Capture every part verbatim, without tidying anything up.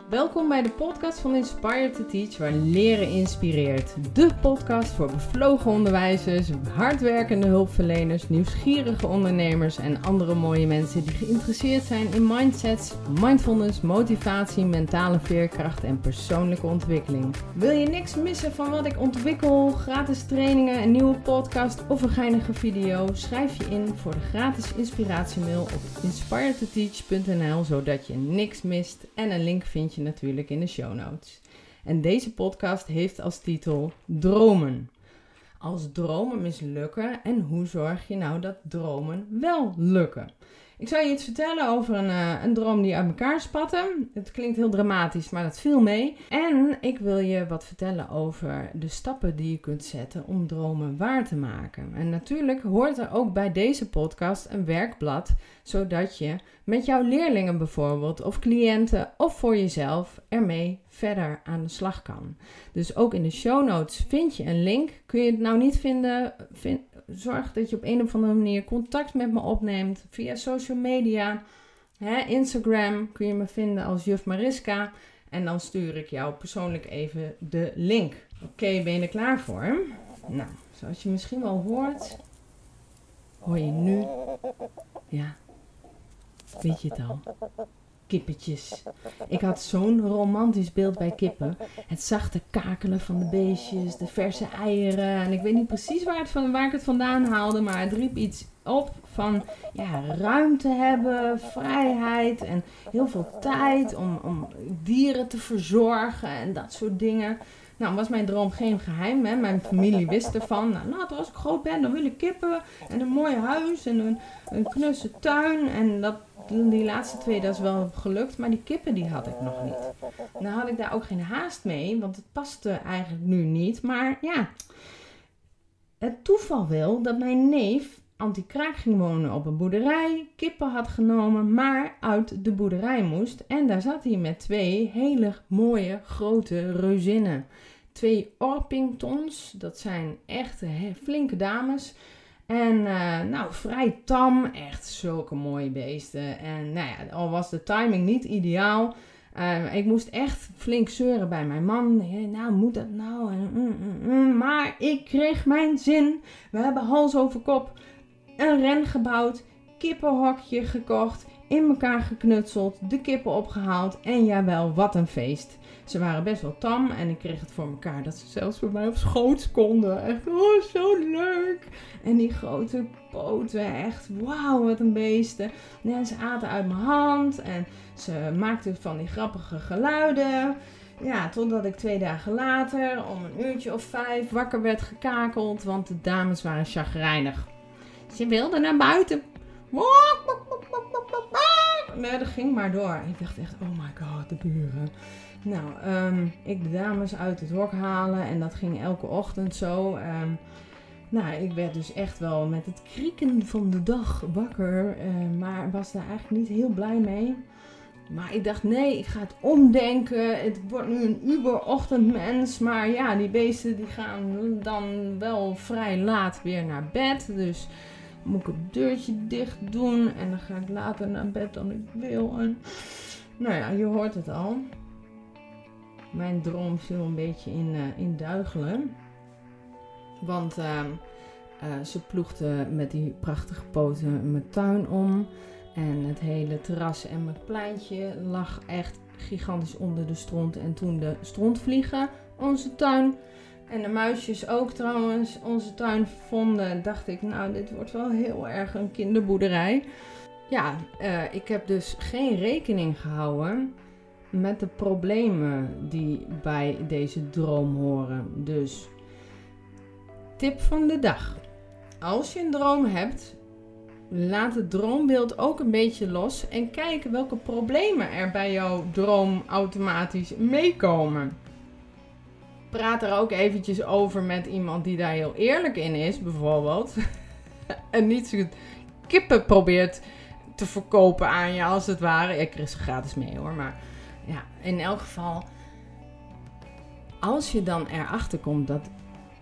Welkom bij de podcast van Inspire to Teach, waar leren inspireert. De podcast voor bevlogen onderwijzers, hardwerkende hulpverleners, nieuwsgierige ondernemers en andere mooie mensen die geïnteresseerd zijn in mindsets, mindfulness, motivatie, mentale veerkracht en persoonlijke ontwikkeling. Wil je niks missen van wat ik ontwikkel, gratis trainingen, een nieuwe podcast of een geinige video? Schrijf je in voor de gratis inspiratiemail op inspire to teach punt n l, zodat je niks mist, en een link vind je natuurlijk in de show notes. En deze podcast heeft als titel Dromen. Als dromen mislukken, en hoe zorg je nou dat dromen wel lukken? Ik zal je iets vertellen over een, uh, een droom die uit elkaar spatte. Het klinkt heel dramatisch, maar dat viel mee. En ik wil je wat vertellen over de stappen die je kunt zetten om dromen waar te maken. En natuurlijk hoort er ook bij deze podcast een werkblad, zodat je met jouw leerlingen bijvoorbeeld, of cliënten, of voor jezelf ermee verder aan de slag kan. Dus ook in de show notes vind je een link. Kun je het nou niet vinden, vind, zorg dat je op een of andere manier contact met me opneemt via social media. Hè, Instagram kun je me vinden als Juf Mariska. En dan stuur ik jou persoonlijk even de link. Oké, okay, ben je er klaar voor? Nou, zoals je misschien wel hoort, hoor je nu, ja, weet je het al? Kippetjes. Ik had zo'n romantisch beeld bij kippen. Het zachte kakelen van de beestjes, de verse eieren. En ik weet niet precies waar, het van, waar ik het vandaan haalde, maar het riep iets op van ja, ruimte hebben, vrijheid en heel veel tijd om, om dieren te verzorgen en dat soort dingen. Nou, was mijn droom geen geheim, hè? Mijn familie wist ervan. Nou, nou, als ik groot ben, dan wil ik kippen en een mooi huis en een, een knusse tuin. En dat, die laatste twee, dat is wel gelukt, maar die kippen, die had ik nog niet. Nou had ik daar ook geen haast mee, want het paste eigenlijk nu niet. Maar ja, het toeval wil dat mijn neef anti-kraak ging wonen op een boerderij, kippen had genomen, maar uit de boerderij moest. En daar zat hij met twee hele mooie grote reuzinnen. Twee Orpingtons, dat zijn echt he, flinke dames. En uh, nou, vrij tam, echt zulke mooie beesten. En nou ja, al was de timing niet ideaal. Uh, ik moest echt flink zeuren bij mijn man. Nou, moet dat nou? En, mm, mm, mm. Maar ik kreeg mijn zin. We hebben hals over kop een ren gebouwd, kippenhokje gekocht, in elkaar geknutseld, de kippen opgehaald en jawel, wat een feest. Ze waren best wel tam en ik kreeg het voor elkaar dat ze zelfs bij mij op schoot konden. Echt, oh, zo leuk. En die grote poten, echt, wauw, wat een beesten. En ze aten uit mijn hand en ze maakten van die grappige geluiden. Ja, totdat ik twee dagen later om een uurtje of vijf wakker werd gekakeld, want de dames waren chagrijnig. Ze wilden naar buiten. Nee, dat ging maar door. Ik dacht echt, oh my god, de buren. Nou, um, ik de dames uit het hok halen en dat ging elke ochtend zo. Um, nou, ik werd dus echt wel met het krieken van de dag wakker, uh, maar was daar eigenlijk niet heel blij mee. Maar ik dacht, nee, ik ga het omdenken. Het wordt nu een uber-ochtendmens. Maar ja, die beesten die gaan dan wel vrij laat weer naar bed. Dus moet ik het deurtje dicht doen. En dan ga ik later naar bed dan ik wil. En nou ja, je hoort het al. Mijn droom viel een beetje in, uh, in duigelen. Want uh, uh, ze ploegden met die prachtige poten mijn tuin om. En het hele terras en mijn pleintje lag echt gigantisch onder de stront. En toen de strontvliegen onze tuin en de muisjes ook trouwens onze tuin vonden, dacht ik, nou, dit wordt wel heel erg een kinderboerderij. Ja, uh, ik heb dus geen rekening gehouden met de problemen die bij deze droom horen. Dus, tip van de dag. Als je een droom hebt, laat het droombeeld ook een beetje los en kijk welke problemen er bij jouw droom automatisch meekomen. Praat er ook eventjes over met iemand die daar heel eerlijk in is, bijvoorbeeld. En niet zo kippen probeert te verkopen aan je, als het ware. Ik kreeg ze gratis mee hoor, maar ja, in elk geval, als je dan erachter komt dat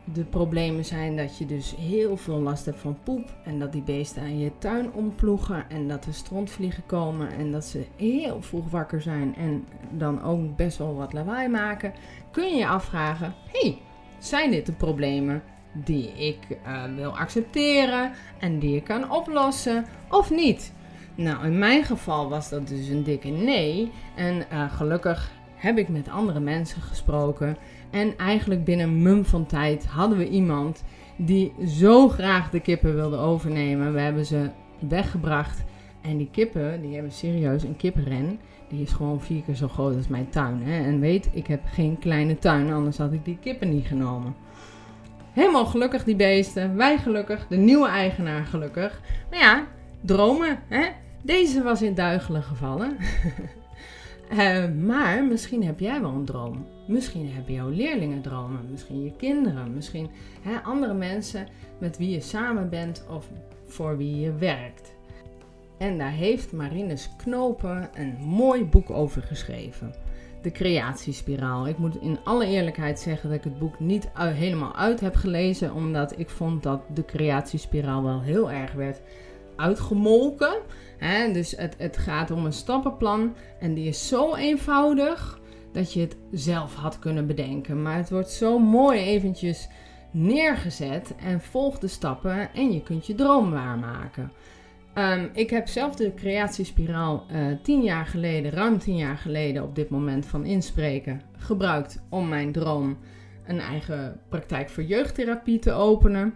de problemen zijn dat je dus heel veel last hebt van poep en dat die beesten aan je tuin omploegen en dat er strontvliegen komen en dat ze heel vroeg wakker zijn en dan ook best wel wat lawaai maken, kun je je afvragen, hey, zijn dit de problemen die ik uh, wil accepteren en die ik kan oplossen of niet? Nou, in mijn geval was dat dus een dikke nee en uh, gelukkig heb ik met andere mensen gesproken. En eigenlijk binnen een mum van tijd hadden we iemand die zo graag de kippen wilde overnemen. We hebben ze weggebracht. En die kippen, die hebben serieus een kippenren. Die is gewoon vier keer zo groot als mijn tuin. Hè? En weet, ik heb geen kleine tuin, anders had ik die kippen niet genomen. Helemaal gelukkig die beesten. Wij gelukkig, de nieuwe eigenaar gelukkig. Maar ja, dromen. Hè? Deze was in duigelen gevallen. Uh, maar misschien heb jij wel een droom. Misschien hebben jouw leerlingen dromen. Misschien je kinderen. Misschien hè, andere mensen met wie je samen bent of voor wie je werkt. En daar heeft Marinus Knopen een mooi boek over geschreven. De creatiespiraal. Ik moet in alle eerlijkheid zeggen dat ik het boek niet u- helemaal uit heb gelezen. Omdat ik vond dat de creatiespiraal wel heel erg werd uitgemolken. He, dus het, het gaat om een stappenplan en die is zo eenvoudig dat je het zelf had kunnen bedenken. Maar het wordt zo mooi eventjes neergezet en volg de stappen en je kunt je droom waarmaken. Um, ik heb zelf de creatiespiraal uh, tien jaar geleden, ruim tien jaar geleden op dit moment van inspreken, gebruikt om mijn droom een eigen praktijk voor jeugdtherapie te openen.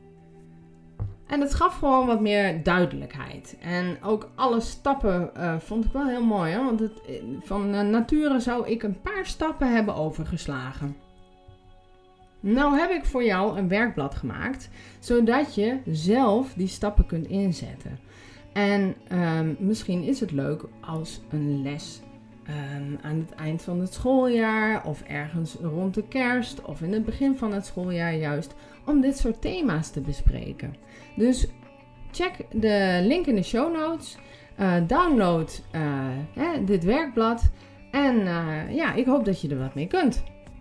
En het gaf gewoon wat meer duidelijkheid. En ook alle stappen uh, vond ik wel heel mooi. Hè? Want het, van uh, nature zou ik een paar stappen hebben overgeslagen. Nou heb ik voor jou een werkblad gemaakt. Zodat je zelf die stappen kunt inzetten. En um, misschien is het leuk als een les um, aan het eind van het schooljaar. Of ergens rond de kerst. Of in het begin van het schooljaar juist. Om dit soort thema's te bespreken. Dus check de link in de show notes. Uh, download uh, hè, dit werkblad. En uh, ja, ik hoop dat je er wat mee kunt.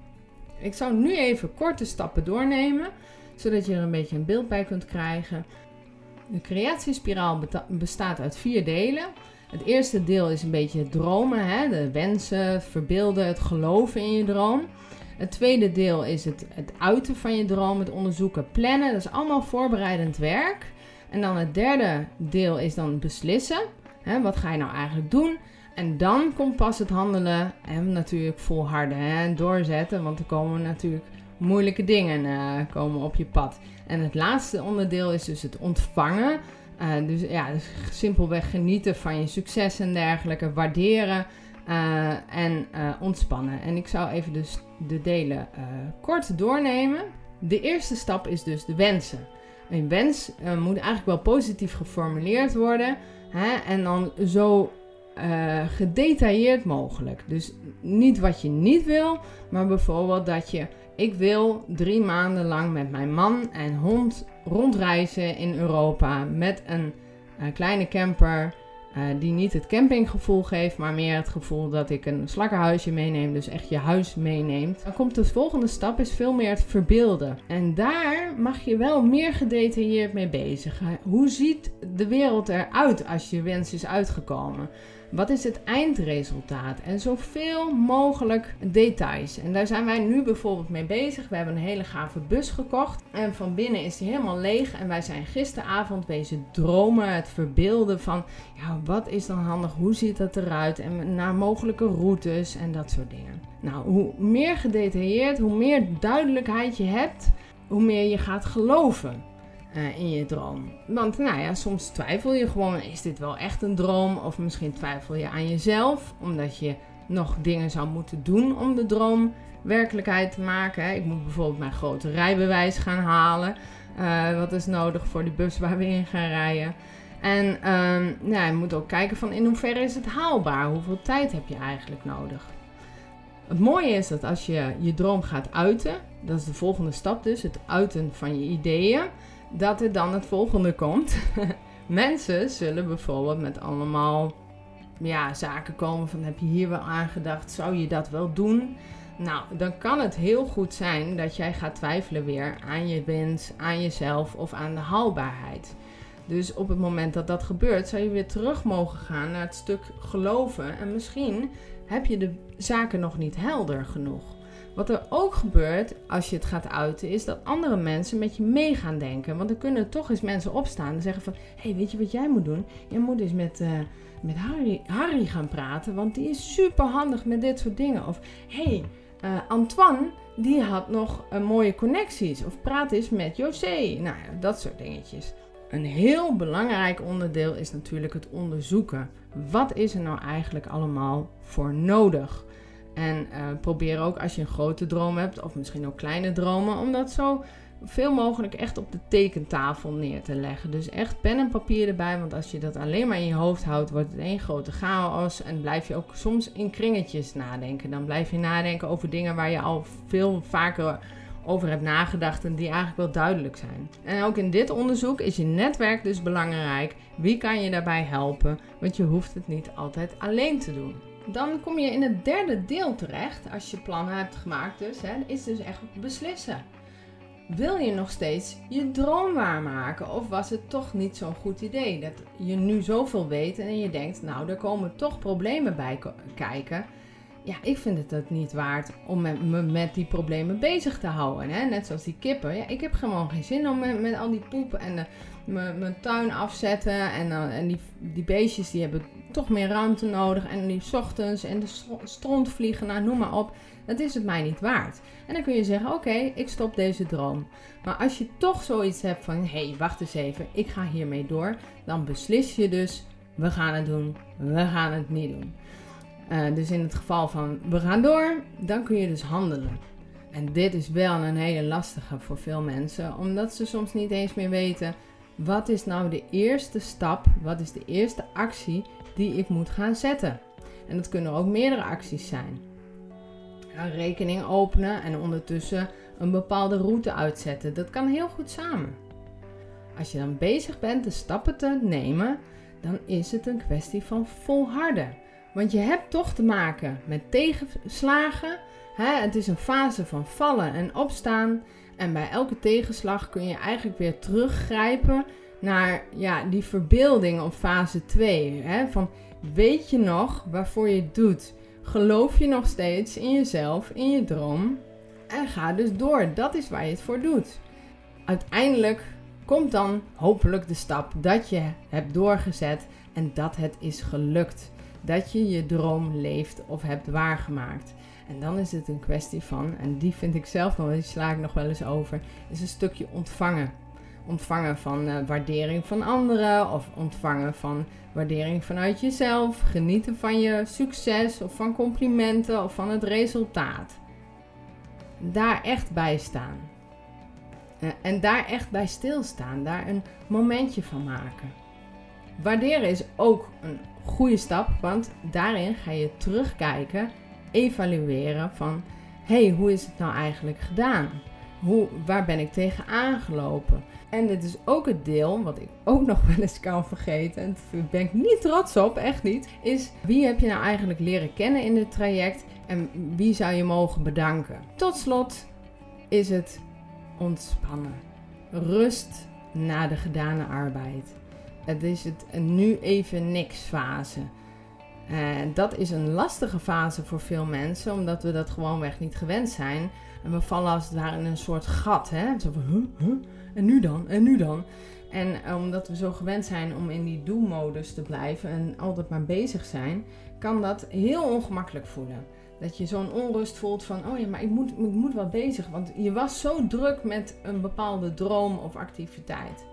Ik zou nu even korte stappen doornemen. Zodat je er een beetje een beeld bij kunt krijgen. De creatiespiraal beta- bestaat uit vier delen. Het eerste deel is een beetje het dromen. Hè, de wensen, het verbeelden, het geloven in je droom. Het tweede deel is het, het uiten van je droom, het onderzoeken, plannen. Dat is allemaal voorbereidend werk. En dan het derde deel is dan beslissen. Hè, wat ga je nou eigenlijk doen? En dan komt pas het handelen en natuurlijk volharden hè, en doorzetten. Want er komen natuurlijk moeilijke dingen uh, komen op je pad. En het laatste onderdeel is dus het ontvangen. Uh, dus ja, dus simpelweg genieten van je succes en dergelijke. Waarderen. Uh, en uh, ontspannen. En ik zou even dus de delen uh, kort doornemen. De eerste stap is dus de wensen. Een wens uh, moet eigenlijk wel positief geformuleerd worden. Hè? En dan zo uh, gedetailleerd mogelijk. Dus niet wat je niet wil. Maar bijvoorbeeld dat je... Ik wil drie maanden lang met mijn man en hond rondreizen in Europa. Met een uh, kleine camper... Uh, die niet het campinggevoel geeft, maar meer het gevoel dat ik een slakkenhuisje meeneem, dus echt je huis meeneemt. Dan komt de volgende stap, is veel meer het verbeelden. En daar mag je wel meer gedetailleerd mee bezig. Hoe ziet de wereld eruit als je wens is uitgekomen? Wat is het eindresultaat? En zoveel mogelijk details. En daar zijn wij nu bijvoorbeeld mee bezig. We hebben een hele gave bus gekocht. En van binnen is die helemaal leeg. En wij zijn gisteravond wezen dromen, het verbeelden van... Ja, wat is dan handig? Hoe ziet dat eruit? En naar mogelijke routes en dat soort dingen. Nou, hoe meer gedetailleerd, hoe meer duidelijkheid je hebt, hoe meer je gaat geloven. Uh, in je droom. Want nou ja, soms twijfel je gewoon, is dit wel echt een droom? Of misschien twijfel je aan jezelf, omdat je nog dingen zou moeten doen om de droom werkelijkheid te maken. Ik moet bijvoorbeeld mijn grote rijbewijs gaan halen. Uh, wat is nodig voor de bus waar we in gaan rijden. En um, nou, je moet ook kijken van in hoeverre is het haalbaar? Hoeveel tijd heb je eigenlijk nodig? Het mooie is dat als je je droom gaat uiten, dat is de volgende stap dus, het uiten van je ideeën, dat er dan het volgende komt. Mensen zullen bijvoorbeeld met allemaal ja, zaken komen van heb je hier wel aan gedacht, zou je dat wel doen? Nou, dan kan het heel goed zijn dat jij gaat twijfelen weer aan je wens, aan jezelf of aan de haalbaarheid. Dus op het moment dat dat gebeurt, zou je weer terug mogen gaan naar het stuk geloven. En misschien heb je de zaken nog niet helder genoeg. Wat er ook gebeurt als je het gaat uiten, is dat andere mensen met je mee gaan denken. Want er kunnen toch eens mensen opstaan en zeggen van, hé, hey, weet je wat jij moet doen? Je moet eens met, uh, met Harry, Harry gaan praten, want die is super handig met dit soort dingen. Of, hé, hey, uh, Antoine, die had nog uh, mooie connecties. Of praat eens met José. Nou ja, dat soort dingetjes. Een heel belangrijk onderdeel is natuurlijk het onderzoeken. Wat is er nou eigenlijk allemaal voor nodig? En uh, probeer ook als je een grote droom hebt, of misschien ook kleine dromen, om dat zo veel mogelijk echt op de tekentafel neer te leggen. Dus echt pen en papier erbij, want als je dat alleen maar in je hoofd houdt, wordt het één grote chaos. En blijf je ook soms in kringetjes nadenken. Dan blijf je nadenken over dingen waar je al veel vaker over hebt nagedacht en die eigenlijk wel duidelijk zijn. En ook in dit onderzoek is je netwerk dus belangrijk. Wie kan je daarbij helpen? Want je hoeft het niet altijd alleen te doen. Dan kom je in het derde deel terecht, als je plannen hebt gemaakt dus, hè, is dus echt beslissen. Wil je nog steeds je droom waarmaken of was het toch niet zo'n goed idee? Dat je nu zoveel weet en je denkt, nou, er komen toch problemen bij kijken. Ja, ik vind het het niet waard om me met, met die problemen bezig te houden. Hè? Net zoals die kippen. Ja, ik heb gewoon geen zin om met, met al die poep en de, mijn, mijn tuin afzetten. En, uh, en die, die beestjes die hebben toch meer ruimte nodig. En die 's ochtends en de stront vliegen, nou noem maar op. Dat is het mij niet waard. En dan kun je zeggen, oké, okay, ik stop deze droom. Maar als je toch zoiets hebt van, hé, hey, wacht eens even, ik ga hiermee door. Dan beslis je dus, we gaan het doen, we gaan het niet doen. Uh, dus in het geval van we gaan door, dan kun je dus handelen. En dit is wel een hele lastige voor veel mensen, omdat ze soms niet eens meer weten, wat is nou de eerste stap, wat is de eerste actie die ik moet gaan zetten. En dat kunnen ook meerdere acties zijn. Een rekening openen en ondertussen een bepaalde route uitzetten, dat kan heel goed samen. Als je dan bezig bent de stappen te nemen, dan is het een kwestie van volharden. Want je hebt toch te maken met tegenslagen. Hè? Het is een fase van vallen en opstaan. En bij elke tegenslag kun je eigenlijk weer teruggrijpen naar ja, die verbeelding op fase twee. Hè? Van, weet je nog waarvoor je het doet? Geloof je nog steeds in jezelf, in je droom? En ga dus door. Dat is waar je het voor doet. Uiteindelijk komt dan hopelijk de stap dat je hebt doorgezet en dat het is gelukt. Dat je je droom leeft of hebt waargemaakt. En dan is het een kwestie van, en die vind ik zelf nog, die sla ik nog wel eens over, is een stukje ontvangen. Ontvangen van uh, waardering van anderen of ontvangen van waardering vanuit jezelf. Genieten van je succes of van complimenten of van het resultaat. Daar echt bij staan. Uh, en daar echt bij stilstaan. Daar een momentje van maken. Waarderen is ook een goede stap, want daarin ga je terugkijken, evalueren van, hé, hey, hoe is het nou eigenlijk gedaan? Hoe, waar ben ik tegen aangelopen? En dit is ook het deel, wat ik ook nog wel eens kan vergeten, en daar ben ik niet trots op, echt niet, is wie heb je nou eigenlijk leren kennen in dit traject en wie zou je mogen bedanken? Tot slot is het ontspannen. Rust na de gedane arbeid. Het is het een nu even niks fase. En dat is een lastige fase voor veel mensen, omdat we dat gewoonweg niet gewend zijn. En we vallen als het ware in een soort gat. Hè? Zo van, huh, huh? En nu dan? En nu dan? En omdat we zo gewend zijn om in die do-modus te blijven en altijd maar bezig zijn, kan dat heel ongemakkelijk voelen. Dat je zo'n onrust voelt van, oh ja, maar ik moet, ik moet wel bezig. Want je was zo druk met een bepaalde droom of activiteit.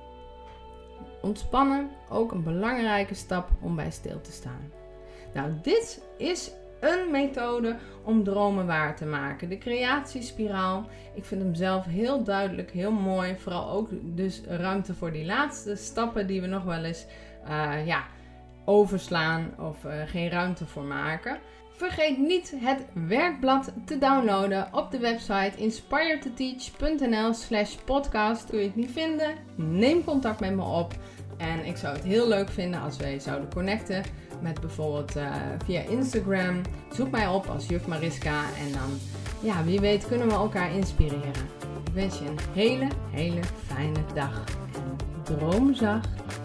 Ontspannen, ook een belangrijke stap om bij stil te staan. Nou, dit is een methode om dromen waar te maken. De creatiespiraal. Ik vind hem zelf heel duidelijk, heel mooi. Vooral ook dus ruimte voor die laatste stappen die we nog wel eens uh, ja, overslaan of uh, geen ruimte voor maken. Vergeet niet het werkblad te downloaden op de website inspire to teach punt n l slash podcast. Kun je het niet vinden? Neem contact met me op. En ik zou het heel leuk vinden als wij zouden connecten met bijvoorbeeld uh, via Instagram. Zoek mij op als Juf Mariska en dan ja, wie weet kunnen we elkaar inspireren. Ik wens je een hele, hele fijne dag. En droom zacht.